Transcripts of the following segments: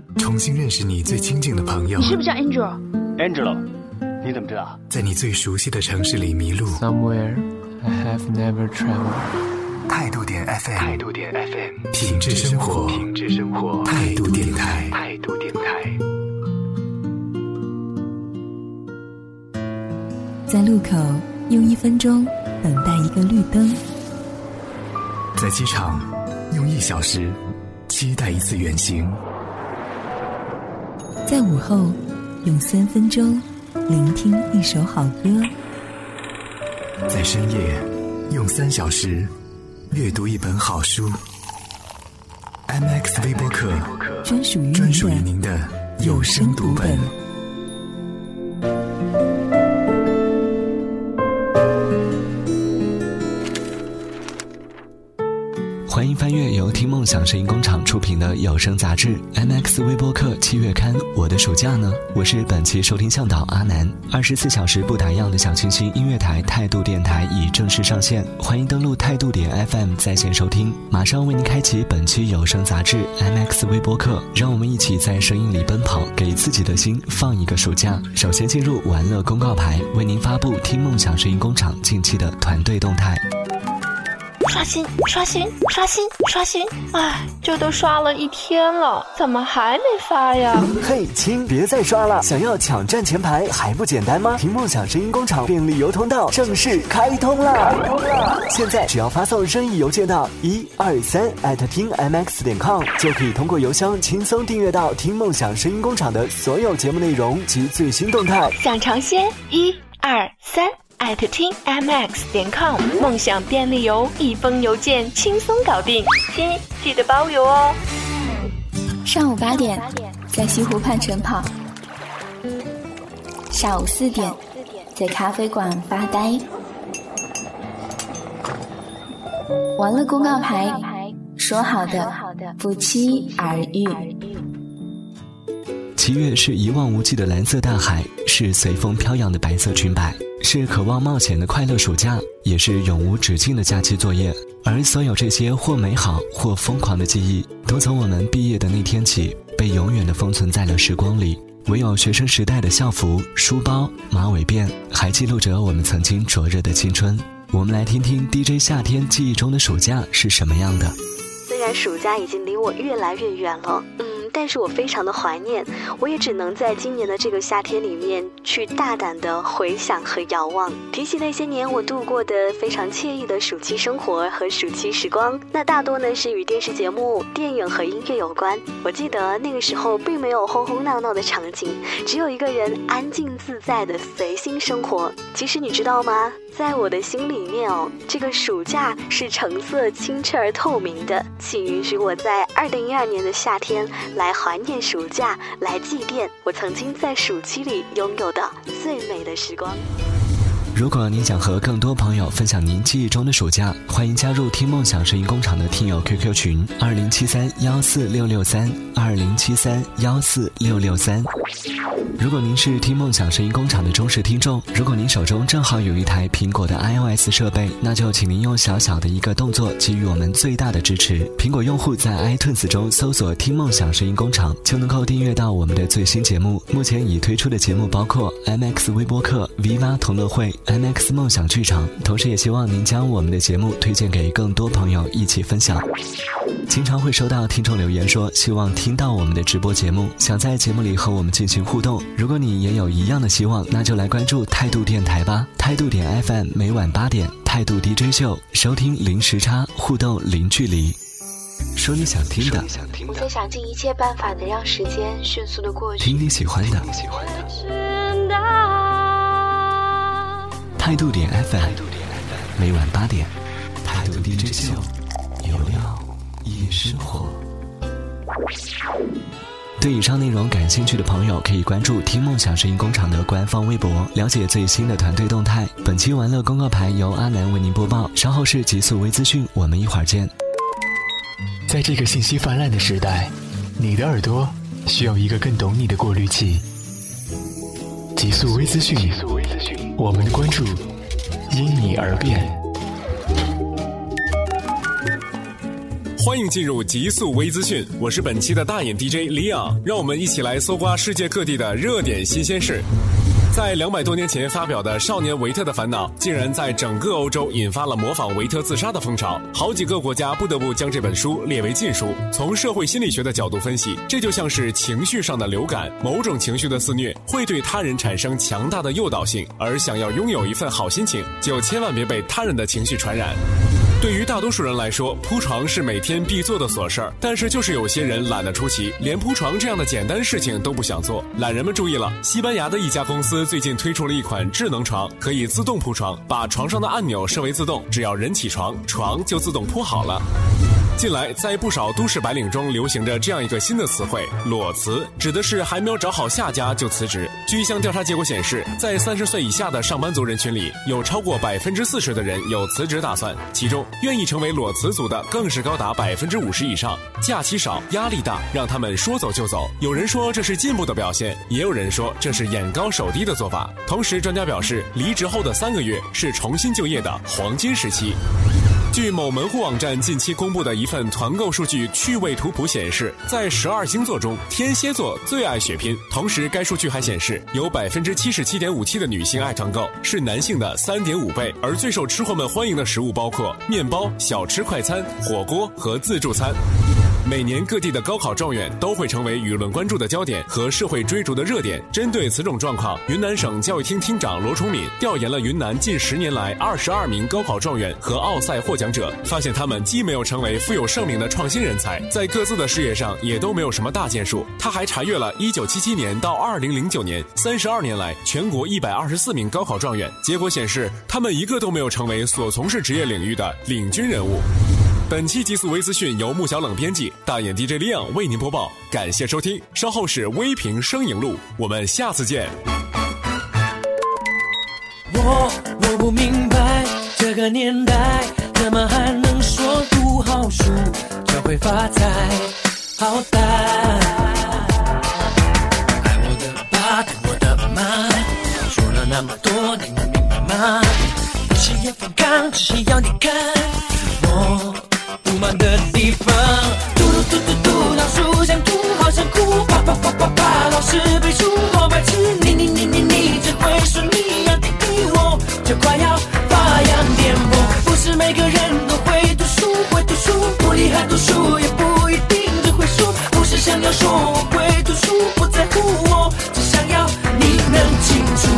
重新认识你最亲近的朋友。 你是不是叫 Angelo？ 你怎么知道？ 在你最熟悉的城市里迷路。 Somewhere I have never traveled。 态度点 FM， 品质生活，态度电台。 在路口用1分钟等待一个绿灯， 在机场用1小时期待一次远行， 在午后用3分钟聆听一首好歌， 在深夜用3小时阅读一本好书。 MX 微播客， 专属于您的有声读本。 欢迎翻阅由听梦想声音工厂出品的有声杂志 MX 微播客7月刊。我的暑假呢？我是本期收听向导阿南。24小时不打烊的小清新音乐台态度电台已正式上线，欢迎登录态度点 FM 在线收听。马上为您开启本期有声杂志 MX 微播客，让我们一起在声音里奔跑，给自己的心放一个暑假。首先进入玩乐公告牌，为您发布听梦想声音工厂近期的团队动态。 刷新！哎，这都刷了1天了，怎么还没发呀？ 嘿，亲，别再刷了！想要抢占前排还不简单吗？听梦想声音工厂便利邮通道正式开通了！现在只要发送任意邮件到123@听mx.com， 就可以通过邮箱轻松订阅到听梦想声音工厂的所有节目内容及最新动态。 想尝鲜123@听mx.com， 梦想便利邮，1封邮件轻松搞定，亲，记得包邮哦。 上午8点在西湖畔晨跑，下午4点在咖啡馆发呆。完了公告牌，说好的不期而遇。 7月是一望无际的蓝色大海，是随风飘扬的白色裙摆，是渴望冒险的快乐暑假，也是永无止境的假期作业。而所有这些或美好或疯狂的记忆，都从我们毕业的那天起被永远地封存在了时光里。唯有学生时代的校服、书包、马尾辫还记录着我们曾经灼热的青春。我们来听听 DJ 夏天记忆中的暑假是什么样的。 虽然暑假已经离我越来越远了，但是我非常的怀念，我也只能在今年的这个夏天里面去大胆的回想和遥望，提起那些年我度过的非常惬意的暑期生活和暑期时光，那大多呢是与电视节目、电影和音乐有关。我记得那个时候并没有轰轰闹闹的场景，只有一个人安静自在的随心生活。其实你知道吗，在我的心里面这个暑假是橙色、清澈而透明的，请允许我在2012年的夏天来怀念暑假，来祭奠我曾经在暑期里拥有的最美的时光。 如果您想和更多朋友分享您记忆中的暑假，欢迎加入听梦想声音工厂的听友 QQ 群2073-14663，2073-14663。如果您是听梦想声音工厂的忠实听众，如果您手中正好有一台苹果的 iOS 设备，那就请您用小小的一个动作给予我们最大的支持。苹果用户在 iTunes 中搜索听梦想声音工厂，就能够订阅到我们的最新节目。目前已推出的节目包括 MX 微播客、Viva 同乐会、MX 梦想剧场，同时也希望您将我们的节目推荐给更多朋友一起分享。经常会收到听众留言说希望听到我们的直播节目，想在节目里和我们进行互动。如果你也有一样的希望，那就来关注态度电台吧。态度点 FM 每晚8点，态度 DJ 秀，收听零时差，互动零距离。说你想听的， 我在想尽一切办法的让时间迅速的过去。 听你喜欢的，态度点 FM 每晚8点，态度 DJ 秀，有料也生活。对以上内容感兴趣的朋友，可以关注听梦想声音工厂的官方微博，了解最新的团队动态。本期玩乐公告牌由阿南为您播报，稍后是极速微资讯，我们一会儿见。 在这个信息泛滥的时代，你的耳朵需要一个更懂你的过滤器。极速微资讯，我们的关注因你而变。 欢迎进入极速微资讯，我是本期的大眼 DJ 李昂，让我们一起来搜刮世界各地的热点新鲜事。在200多年前发表的《少年维特的烦恼》，竟然在整个欧洲引发了模仿维特自杀的风潮，好几个国家不得不将这本书列为禁书。从社会心理学的角度分析，这就像是情绪上的流感，某种情绪的肆虐会对他人产生强大的诱导性，而想要拥有一份好心情，就千万别被他人的情绪传染。对于大多数人来说，铺床是每天必做的琐事儿，但是就是有些人懒得出奇，连铺床这样的简单事情都不想做。懒人们注意了，西班牙的一家公司最近推出了一款智能床，可以自动铺床，把床上的按钮设为自动，只要人起床，床就自动铺好了。近来，在不少都市白领中流行着这样一个新的词汇“裸辞”，指的是还没有找好下家就辞职。据一项调查结果显示，在30岁以下的上班族人群里，有超过40%的人有辞职打算，其中愿意成为裸辞族的更是高达50%以上。假期少，压力大，让他们说走就走。有人说这是进步的表现，也有人说这是眼高手低的做法。同时，专家表示，离职后的3个月是重新就业的黄金时期。据某门户网站近期公布的一份团购数据趣味图谱显示，在12星座中，天蝎座最爱血拼。同时，该数据还显示，有77.57%的女性爱团购，是男性的3.5倍。而最受吃货们欢迎的食物包括面包、小吃快餐、火锅和自助餐。每年各地的高考状元都会成为舆论关注的焦点和社会追逐的热点。针对此种状况，云南省教育厅厅长罗崇敏调研了云南近10年来22名高考状元和奥赛获奖者，发现他们既没有成为富有盛名的创新人才，在各自的事业上也都没有什么大建树。他还查阅了1977年到2009年32年来全国124名高考状元，结果显示他们一个都没有成为所从事职业领域的领军人物。本期极速微资讯由穆小冷编辑，大眼 DJ 李昂为您播报，感谢收听。稍后是微评声影录，我们下次见。 我不明白，这个年代怎么还能说读好书就会发财？好歹爱我的爸，疼我的妈，说了那么多，你能明白吗？不是要反抗，只是要你看我不满的地方。嘟嘟嘟嘟嘟，老鼠想吐，好想哭，啪啪啪啪啪，老师背书好白痴，你只会说你要顶替我，就快要发扬癫疯。不是每个人都会读书，不厉害读书也不一定只会输。不是想要说我会读书，不在乎我，只想要你能清楚。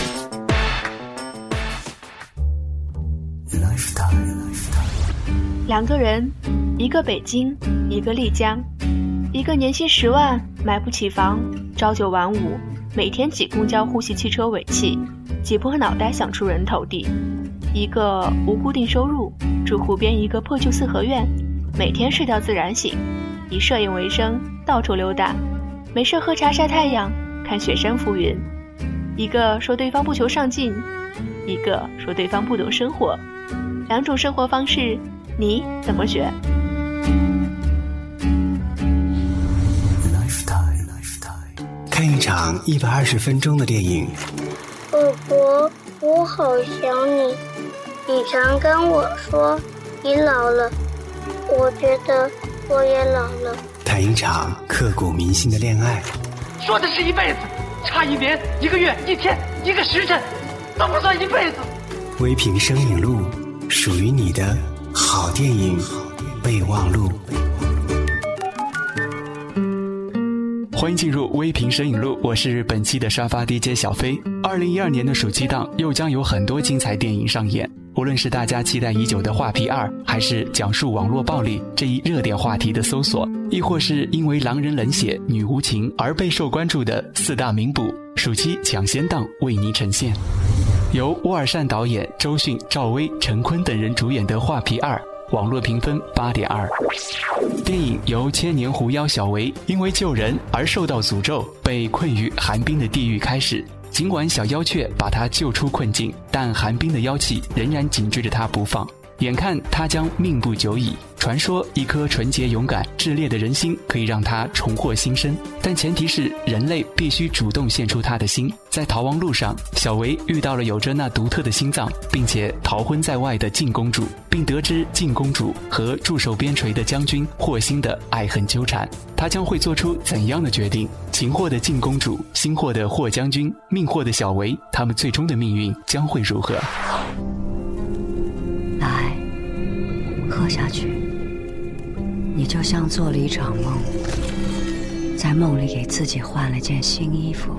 2个人，一个北京，一个丽江，一个年薪10万，买不起房，朝9晚5，每天挤公交呼吸汽车尾气，挤破脑袋想出人头地；一个无固定收入，住湖边一个破旧4合院，每天睡到自然醒，以摄影为生，到处溜达，没事喝茶晒太阳，看雪山浮云。一个说对方不求上进，一个说对方不懂生活。2种生活方式，你怎么选？ 看一场120分钟的电影。 宝宝，我好想你。你常跟我说你老了，我觉得我也老了。 谈一场刻骨铭心的恋爱。 说的是一辈子，差1年、1个月、1天、1个时辰，都不算一辈子。 微评声影录，属于你的好电影备忘录。 欢迎进入微评声影录，我是本期的沙发 DJ 小飞。2012年的暑期档又将有很多精彩电影上演，无论是大家期待已久的《画皮2》，还是讲述网络暴力这一热点话题的搜索，亦或是因为狼人冷血、女无情而备受关注的4大名捕，暑期抢先档为您呈现。由沃尔善导演、周迅、赵薇、陈坤等人主演的《画皮2》，网络评分8.2。电影由千年狐妖小维因为救人而受到诅咒，被困于寒冰的地狱开始。尽管小妖雀把他救出困境，但寒冰的妖气仍然紧追着他不放。 眼看他将命不久矣。传说一颗纯洁勇敢炽烈的人心可以让他重获新生，但前提是人类必须主动献出他的心。在逃亡路上，小维遇到了有着那独特的心脏并且逃婚在外的靖公主，并得知靖公主和驻守边陲的将军霍心的爱恨纠缠。他将会做出怎样的决定？情祸的靖公主，心祸的霍将军，命祸的小维，他们最终的命运将会如何？ 来，喝下去。你就像做了一场梦，在梦里给自己换了件新衣服。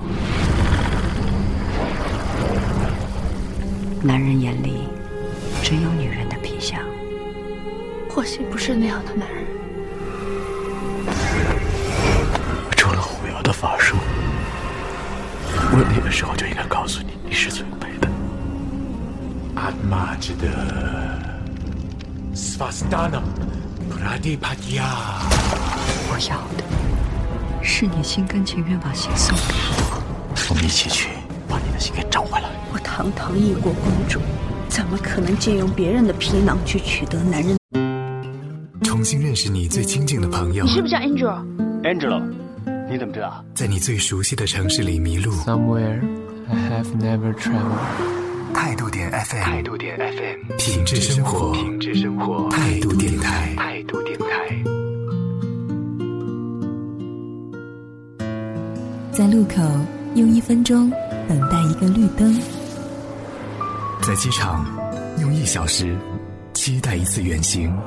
男人眼里只有女人的皮相。 霍心不是那样的男人。 除了狐妖的法术，我那个时候就应该告诉你，你是最美的。 阿玛吉的斯瓦斯达纳普拉蒂帕蒂亚。 我要的是你心甘情愿把心送给我。 我们一起去把你的心给找回来。 我堂堂异国公主，怎么可能借用别人的皮囊去取得男人？ 重新认识你最亲近的朋友。 你是不是叫 Angelo？ 你怎么知道？ 在你最熟悉的城市里迷路。 Somewhere I have never traveled。 态度点 FM， 态度点 FM， 品质生活， 品质生活， 态度电台， 态度电台。 在路口用1分钟等待一个绿灯， 在机场用1小时期待一次远行，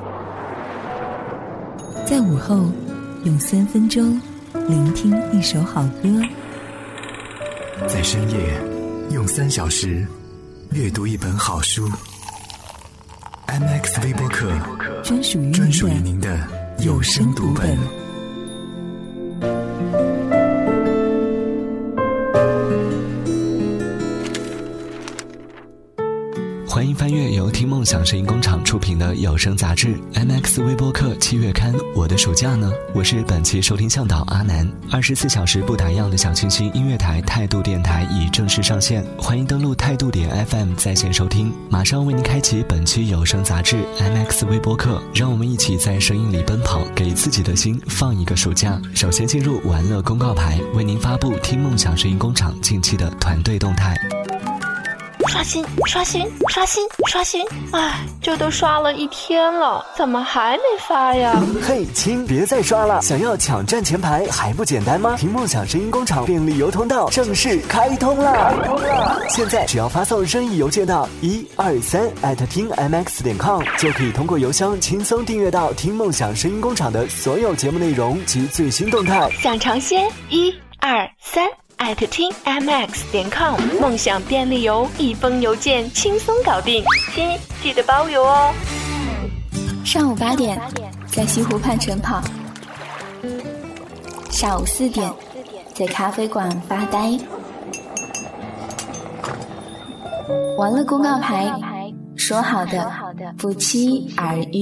在午后用3分钟聆听一首好歌， 在深夜用3小时阅读一本好书。 MX 微播客， 专属于您的有声读本。 欢迎翻阅由听梦想声音工厂出品的有声杂志 MX 微播客7月刊。我的暑假呢？我是本期收听向导阿南。24小时不打烊的小清新音乐台态度电台已正式上线，欢迎登录态度点 FM 在线收听。马上为您开启本期有声杂志 MX 微播客，让我们一起在声音里奔跑，给自己的心放一个暑假。首先进入玩乐公告牌，为您发布听梦想声音工厂近期的团队动态。 刷新，哎，这都刷了1天了，怎么还没发呀？ 嘿，亲，别再刷了！想要抢占前排还不简单吗？听梦想声音工厂便利邮通道正式开通了！现在只要发送任意邮件到123@tmx.com， 就可以通过邮箱轻松订阅到听梦想声音工厂的所有节目内容及最新动态。 想尝鲜123@tmx.com， 梦想便利邮，1封邮件轻松搞定，亲，记得包邮哦。 上午8点，在西湖畔晨跑；下午4点，在咖啡馆发呆。完了公告牌，说好的不期而遇。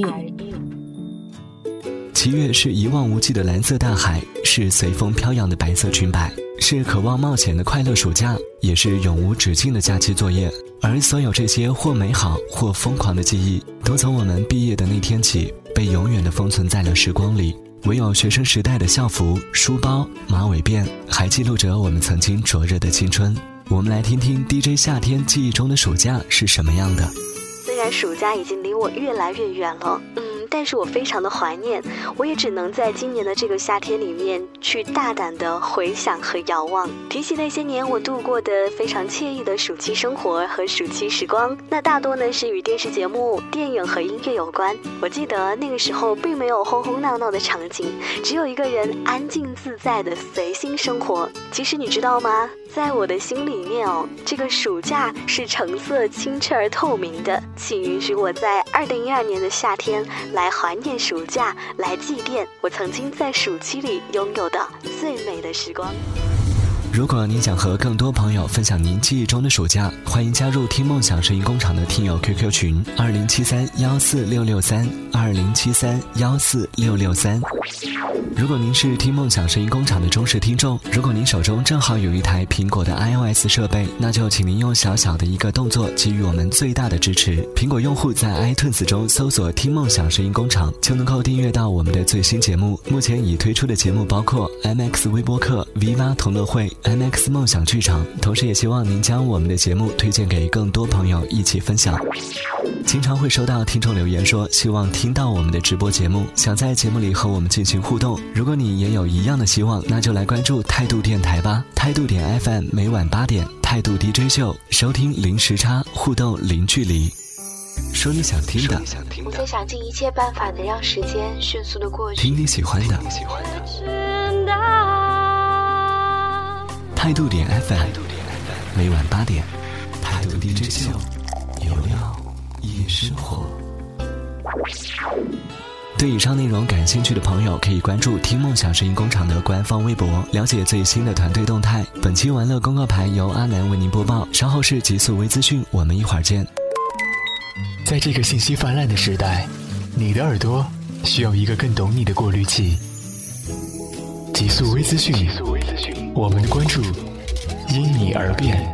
7月是一望无际的蓝色大海，是随风飘扬的白色裙摆，是渴望冒险的快乐暑假，也是永无止境的假期作业。而所有这些或美好或疯狂的记忆，都从我们毕业的那天起，被永远地封存在了时光里。唯有学生时代的校服、书包、马尾辫，还记录着我们曾经灼热的青春。我们来听听 DJ 夏天记忆中的暑假是什么样的。 虽然暑假已经离我越来越远了，但是我非常的怀念，我也只能在今年的这个夏天里面去大胆的回想和遥望，提起那些年我度过的非常惬意的暑期生活和暑期时光，那大多呢是与电视节目、电影和音乐有关。我记得那个时候并没有轰轰闹闹的场景，只有一个人安静自在的随心生活。其实你知道吗，在我的心里面这个暑假是橙色、清澈而透明的，请允许我在2012年的夏天来怀念暑假，来祭奠我曾经在暑期里拥有的最美的时光。 如果您想和更多朋友分享您记忆中的暑假，欢迎加入听梦想声音工厂的听友 QQ 群2073-14663，2073-14663。如果您是听梦想声音工厂的忠实听众，如果您手中正好有一台苹果的 iOS 设备，那就请您用小小的一个动作给予我们最大的支持。苹果用户在 iTunes 中搜索听梦想声音工厂，就能够订阅到我们的最新节目。目前已推出的节目包括 MX 微播客、Viva 同乐会、MX 梦想剧场，同时也希望您将我们的节目推荐给更多朋友一起分享。经常会收到听众留言说希望听到我们的直播节目，想在节目里和我们进行互动。如果你也有一样的希望，那就来关注态度电台吧。态度点 FM 每晚8点，态度 DJ 秀，收听零时差，互动零距离。说你想听的， 我在想尽一切办法的让时间迅速的过去。 听你喜欢的，态度点 FM 每晚8点，态度 DJ 秀，有料也生活。对以上内容感兴趣的朋友，可以关注听梦想声音工厂的官方微博，了解最新的团队动态。本期玩乐公告牌由阿南为您播报，稍后是极速微资讯，我们一会儿见。 在这个信息泛滥的时代，你的耳朵需要一个更懂你的过滤器。极速微资讯，我们的关注因你而变。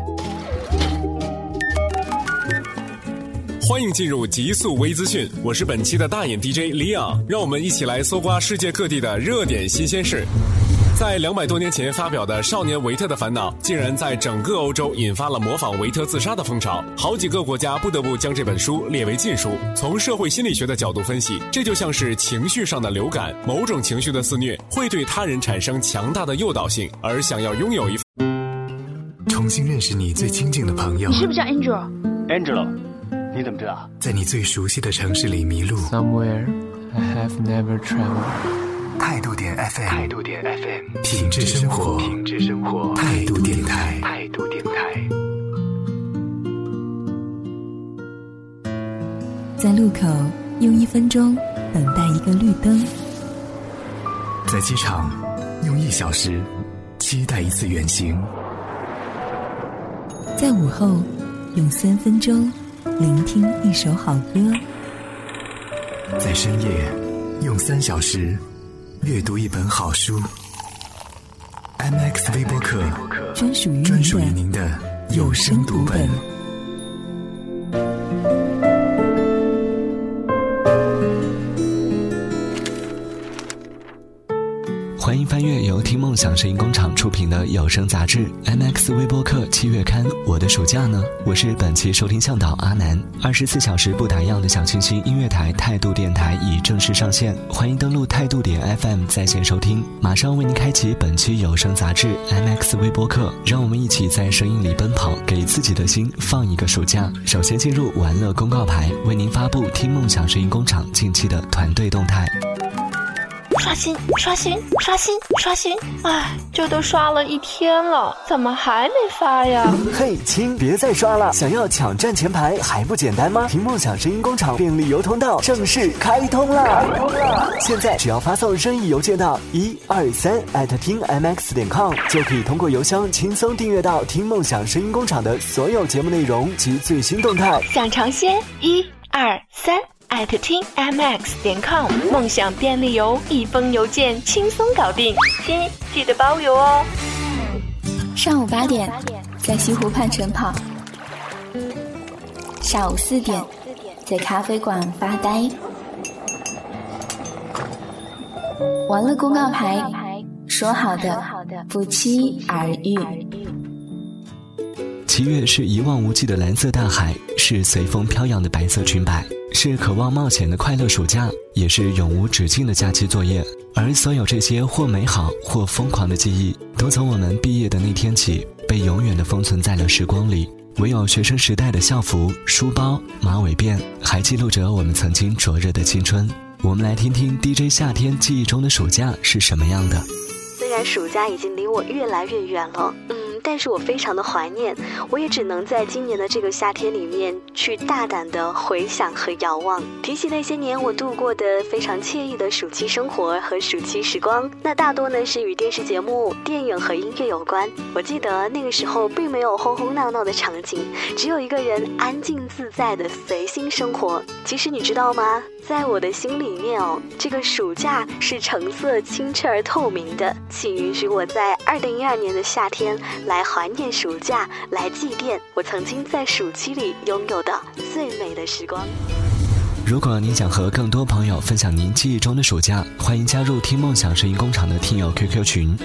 欢迎进入极速微资讯，我是本期的大眼 DJ 李昂，让我们一起来搜刮世界各地的热点新鲜事。在200多年前发表的《少年维特的烦恼》，竟然在整个欧洲引发了模仿维特自杀的风潮，好几个国家不得不将这本书列为禁书。从社会心理学的角度分析，这就像是情绪上的流感，某种情绪的肆虐会对他人产生强大的诱导性，而想要拥有一重新认识你最亲近的朋友。 你是不是叫 Angelo？ 你怎么知道？ 在你最熟悉的城市里迷路。 Somewhere I have never traveled。 态度点 FM， 态度点 FM， 品质生活， 品质生活， 态度电台， 态度电台。 在路口用1分钟等待一个绿灯， 在机场用1小时期待一次远行， 在午后用3分钟聆听一首好歌， 在深夜用3小时阅读一本好书。 MX 微播客， 专属于您的有声读本。 欢迎翻阅由听梦想声音工厂出品的有声杂志 MX 微播客7月刊。我的暑假呢？我是本期收听向导阿南。24小时不打烊的小清新音乐台态度电台已正式上线，欢迎登录态度点 FM 在线收听。马上为您开启本期有声杂志 MX 微播客，让我们一起在声音里奔跑，给自己的心放一个暑假。首先进入玩乐公告牌，为您发布听梦想声音工厂近期的团队动态。 刷新，哎，这都刷了1天了，怎么还没发呀？ 嘿，亲，别再刷了！想要抢占前排还不简单吗？听梦想声音工厂便利邮通道正式开通了！现在只要发送任意邮件到123@tmx.com， 就可以通过邮箱轻松订阅到听梦想声音工厂的所有节目内容及最新动态。 想尝鲜123@tmx.com， 梦想便利邮，1封邮件轻松搞定，亲，记得包邮哦。 上午8点，在西湖畔晨跑；下午4点，在咖啡馆发呆。完了公告牌，说好的不期而遇。 7月是一望无际的蓝色大海，是随风飘扬的白色裙摆，是渴望冒险的快乐暑假，也是永无止境的假期作业。而所有这些或美好或疯狂的记忆，都从我们毕业的那天起，被永远地封存在了时光里。唯有学生时代的校服、书包、马尾辫，还记录着我们曾经灼热的青春。我们来听听 DJ 夏天记忆中的暑假是什么样的。 虽然暑假已经离我越来越远了， 但是我非常的怀念，我也只能在今年的这个夏天里面去大胆的回想和遥望，提起那些年我度过的非常惬意的暑期生活和暑期时光，那大多呢是与电视节目、电影和音乐有关。我记得那个时候并没有轰轰闹闹的场景，只有一个人安静自在的随心生活。其实你知道吗，在我的心里面这个暑假是橙色、清澈而透明的，请允许我在2012年的夏天来怀念暑假，来祭奠我曾经在暑期里拥有的最美的时光。 如果您想和更多朋友分享您记忆中的暑假，欢迎加入听梦想声音工厂的听友 QQ 群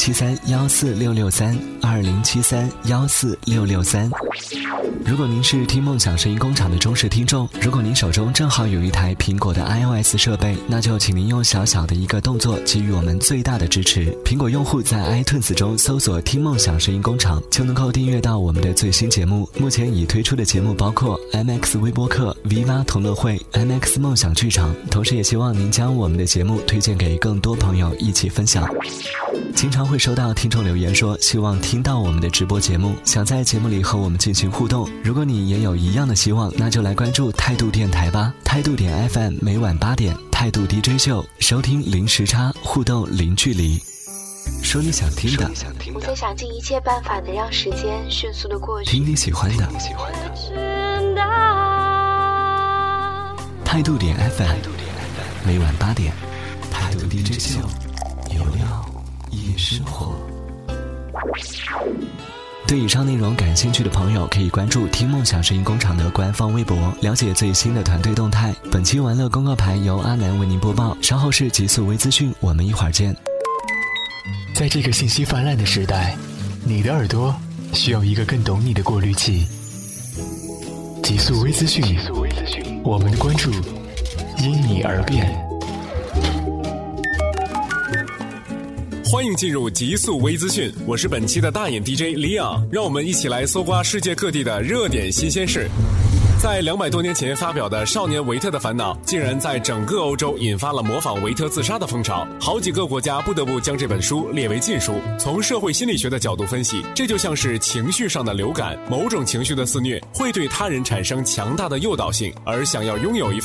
2073-14663，2073-14663。如果您是听梦想声音工厂的忠实听众，如果您手中正好有一台苹果的 iOS 设备，那就请您用小小的一个动作给予我们最大的支持。苹果用户在 iTunes 中搜索听梦想声音工厂，就能够订阅到我们的最新节目。目前已推出的节目包括 MX 微播客、Viva 同乐会、MX 梦想剧场，同时也希望您将我们的节目推荐给更多朋友一起分享。经常会收到听众留言说希望听到我们的直播节目，想在节目里和我们进行互动。如果你也有一样的希望，那就来关注态度电台吧，态度点 FM 每晚8点，态度 DJ 秀，收听零时差，互动零距离。说你想听的， 我在想尽一切办法的让时间迅速的过去， 听你喜欢的，态度点 FM 每晚8点，态度 DJ 秀，有料也生活。对以上内容感兴趣的朋友，可以关注听梦想声音工厂的官方微博，了解最新的团队动态。本期玩乐公告牌由阿南为您播报，稍后是极速微资讯，我们一会儿见。 在这个信息泛滥的时代，你的耳朵需要一个更懂你的过滤器。极速微资讯，我们的关注因你而变。 欢迎进入极速微资讯，我是本期的大眼 DJ 李昂，让我们一起来搜刮世界各地的热点新鲜事。在200多年前发表的《少年维特的烦恼》，竟然在整个欧洲引发了模仿维特自杀的风潮，好几个国家不得不将这本书列为禁书。从社会心理学的角度分析，这就像是情绪上的流感，某种情绪的肆虐会对他人产生强大的诱导性，而想要拥有一